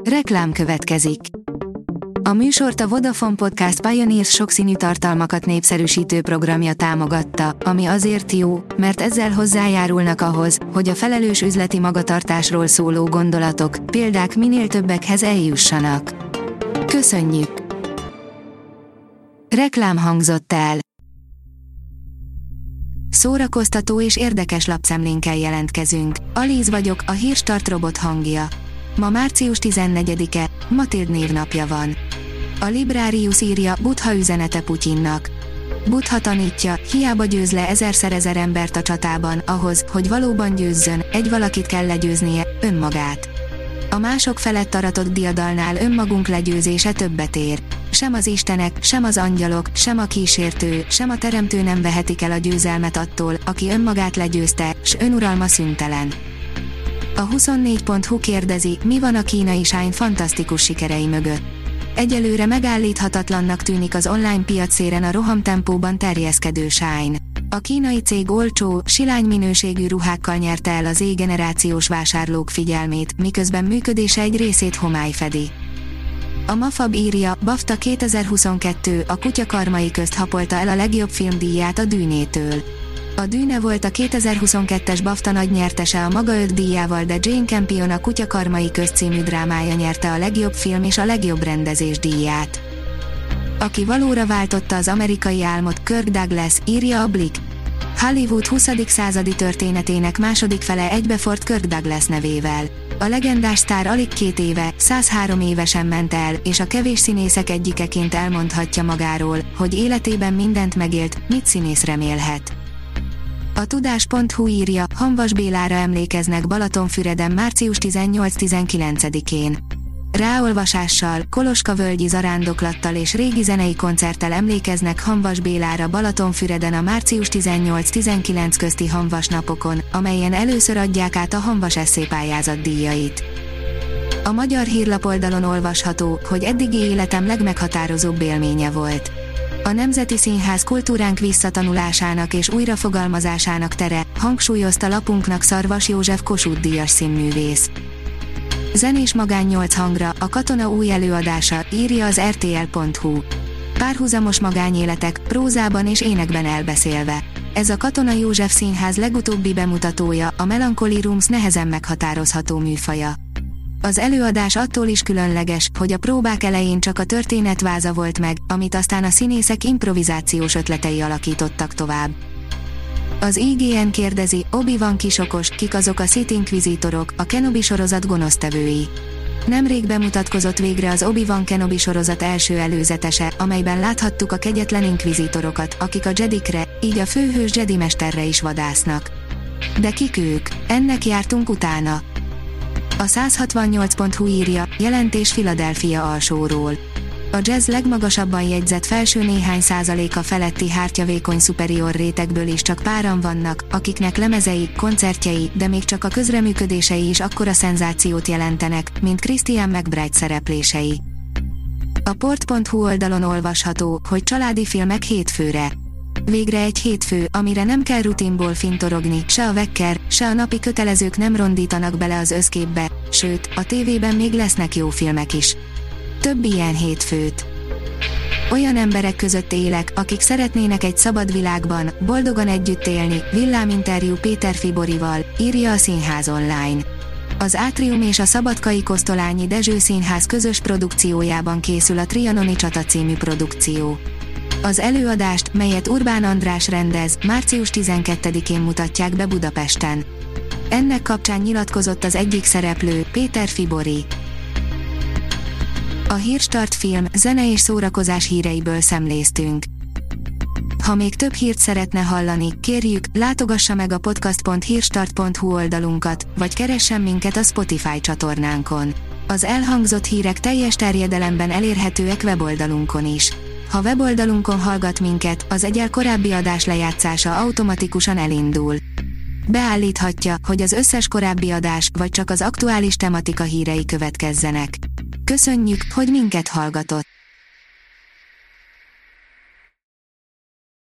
Reklám következik. A műsort a Vodafone Podcast Pioneers sokszínű tartalmakat népszerűsítő programja támogatta, ami azért jó, mert ezzel hozzájárulnak ahhoz, hogy a felelős üzleti magatartásról szóló gondolatok, példák minél többekhez eljussanak. Köszönjük! Reklám hangzott el. Szórakoztató és érdekes lapszemlénkkel jelentkezünk. Alíz vagyok, a Hírstart robot hangja. Ma március 14-e, Matild névnapja van. A Librarius írja, Buddha üzenete Putyinnak. Buddha tanítja, hiába győz le ezer embert a csatában, ahhoz, hogy valóban győzzön, egy valakit kell legyőznie, önmagát. A mások felett aratott diadalnál önmagunk legyőzése többet ér. Sem az istenek, sem az angyalok, sem a kísértő, sem a teremtő nem vehetik el a győzelmet attól, aki önmagát legyőzte, s önuralma szüntelen. A 24.hu kérdezi, mi van a kínai Shine fantasztikus sikerei mögött. Egyelőre megállíthatatlannak tűnik az online piacéren a rohamtempóban terjeszkedő Shine. A kínai cég olcsó, silány minőségű ruhákkal nyerte el az Z-generációs vásárlók figyelmét, miközben működése egy részét homály fedi. A Mafab írja, BAFTA 2022, a Kutya karmai közt hapolta el a legjobb filmdíját a Dűnétől. A Dűne volt a 2022-es BAFTA nagy nyertese a maga 5 díjával, de Jane Campion a Kutya karmai közt című drámája nyerte a legjobb film és a legjobb rendezés díját. Aki valóra váltotta az amerikai álmot, Kirk Douglas, írja a Blick. Hollywood 20. századi történetének második fele egybefort Kirk Douglas nevével. A legendás sztár alig 2 éve, 103 évesen ment el, és a kevés színészek egyikeként elmondhatja magáról, hogy életében mindent megélt, mit színész remélhet. A tudás.hu írja, Hamvas Bélára emlékeznek Balatonfüreden március 18-19-én. Ráolvasással, Koloska-völgyi zarándoklattal és régi zenei koncerttel emlékeznek Hamvas Bélára Balatonfüreden a március 18-19 közti Hamvas napokon, amelyen először adják át a Hamvas esszélypályázat díjait. A Magyar Hírlapoldalon olvasható, hogy eddigi életem legmeghatározóbb élménye volt. A Nemzeti Színház kultúránk visszatanulásának és újrafogalmazásának tere, hangsúlyozta lapunknak Szarvas József Kossuth-díjas színművész. Zenés magány 8 hangra, a Katona új előadása, írja az RTL.hu. Párhuzamos magányéletek, prózában és énekben elbeszélve. Ez a Katona József Színház legutóbbi bemutatója, a Melancholy Rooms nehezen meghatározható műfaja. Az előadás attól is különleges, hogy a próbák elején csak a történetváza volt meg, amit aztán a színészek improvizációs ötletei alakítottak tovább. Az IGN kérdezi, Obi-Wan kisokos, kik azok a Sith Inquisitorok, a Kenobi sorozat gonosztevői. Nemrég bemutatkozott végre az Obi-Wan Kenobi sorozat első előzetese, amelyben láthattuk a kegyetlen inkvizitorokat, akik a Jedikre, így a főhős Jedi mesterre is vadásznak. De kik ők? Ennek jártunk utána. A 168.hu írja, jelentés Philadelphia alsóról. A jazz legmagasabban jegyzett felső néhány százaléka feletti hártyavékony superior rétegből is csak páran vannak, akiknek lemezei, koncertjei, de még csak a közreműködései is akkora szenzációt jelentenek, mint Christian McBride szereplései. A port.hu oldalon olvasható, hogy családi filmek hétfőre. Végre egy hétfő, amire nem kell rutinból fintorogni, se a vekker, se a napi kötelezők nem rondítanak bele az összképbe, sőt, a tévében még lesznek jó filmek is. Több ilyen hétfőt. Olyan emberek között élek, akik szeretnének egy szabad világban, boldogan együtt élni, villáminterjú Péter Fiborival, írja a Színház online. Az Átrium és a Szabadkai Kosztolányi Dezső Színház közös produkciójában készül a Trianoni csata című produkció. Az előadást, melyet Urbán András rendez, március 12-én mutatják be Budapesten. Ennek kapcsán nyilatkozott az egyik szereplő, Péter Fibori. A Hírstart film, zene és szórakozás híreiből szemléztünk. Ha még több hírt szeretne hallani, kérjük, látogassa meg a podcast.hírstart.hu oldalunkat, vagy keressen minket a Spotify csatornánkon. Az elhangzott hírek teljes terjedelemben elérhetőek weboldalunkon is. Ha weboldalunkon hallgat minket, az egyel korábbi adás lejátszása automatikusan elindul. Beállíthatja, hogy az összes korábbi adás, vagy csak az aktuális tematika hírei következzenek. Köszönjük, hogy minket hallgatott!